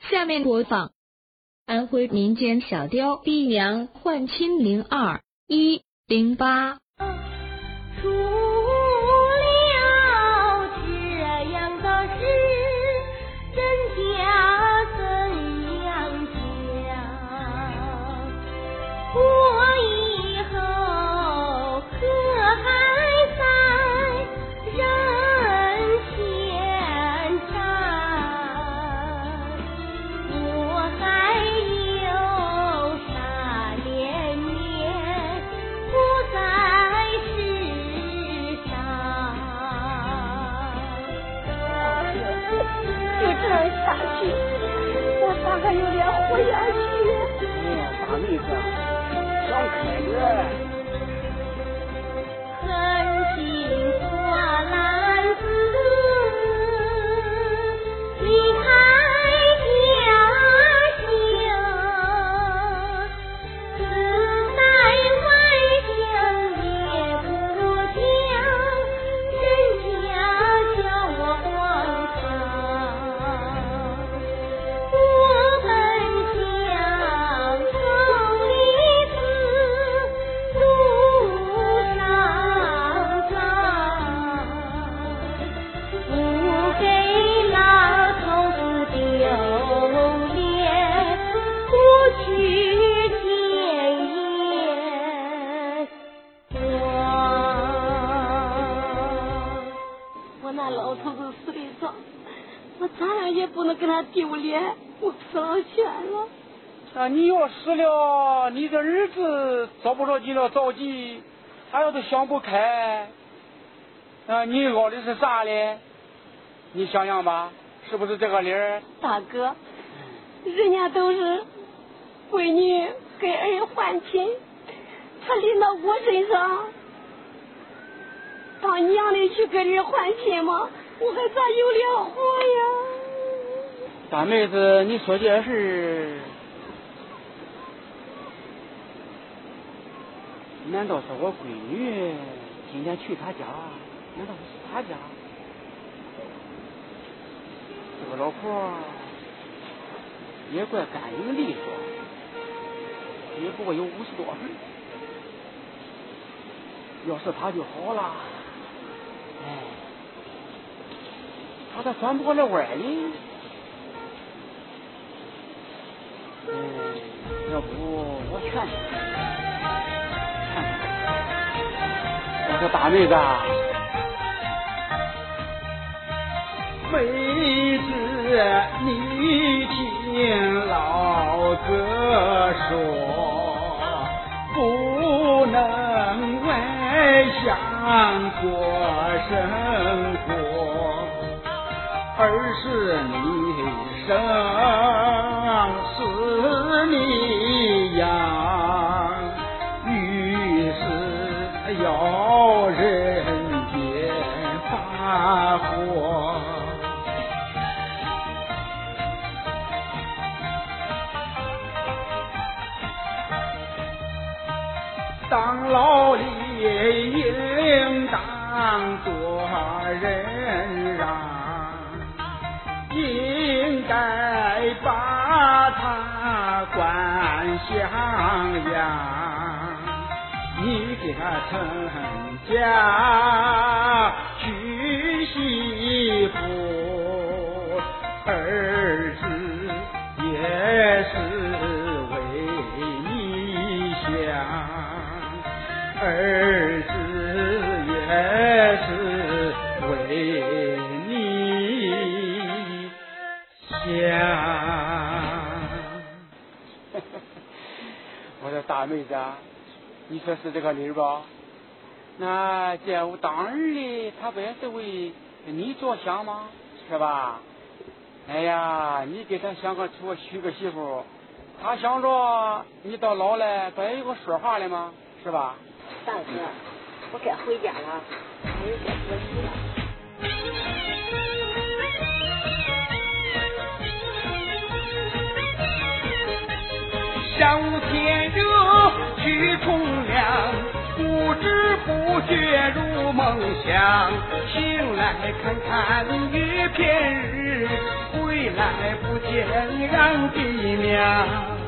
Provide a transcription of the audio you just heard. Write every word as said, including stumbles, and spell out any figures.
下面播放安徽民间小调《逼娘换亲》零二一零八。 出了这样的事，真假怎样讲？我以后可还在人前站？我还有啥脸面不在世上？就这样下去，我咋还有脸活下去？ 哎呀，大妹子，想开点。 狠心花篮子离开家乡，自在外乡也不讲，人家叫我荒唐。我本想头一次路上长，不给老头子丢脸，不去见阎王。我那老头子死的早，我咋样也不能跟他丢脸，我死老全了。 那你要死了，你的儿子着不着急了着急，他要是想不开，啊，你熬的是啥嘞？你想想吧，是不是这个理儿？ 大哥，人家都是闺女给儿换亲，他临到我身上，当娘的去跟人换亲吗？我还咋有脸活呀？ 大妹子，你说这事，难道是我闺女今天去她家？难道是她家？这个老婆也怪干净利索，也不过有五十多岁，要是她就好了。哎，她咋转不过来弯儿呢？嗯，要不我劝劝，劝劝。我说大妹子， 妹子，你听老哥说，不能外乡过生活，而是你生是你养，于是要人间发火。当老李应当做人让，应该把他管像样，你给他成家娶媳妇，儿子也是为你想，儿子也是为你想。 我说大妹子，你说是这个理儿吧？那这我当儿的，他不也是为你着想吗？是吧？哎呀，你给他想个出娶个媳妇，他想着你到老了，不也有个说话了吗？是吧？ 大哥，我该回家了，还有些可惜了。 上午天热去冲凉，不知不觉入梦乡，醒来看看月片日，回回来不见人的面。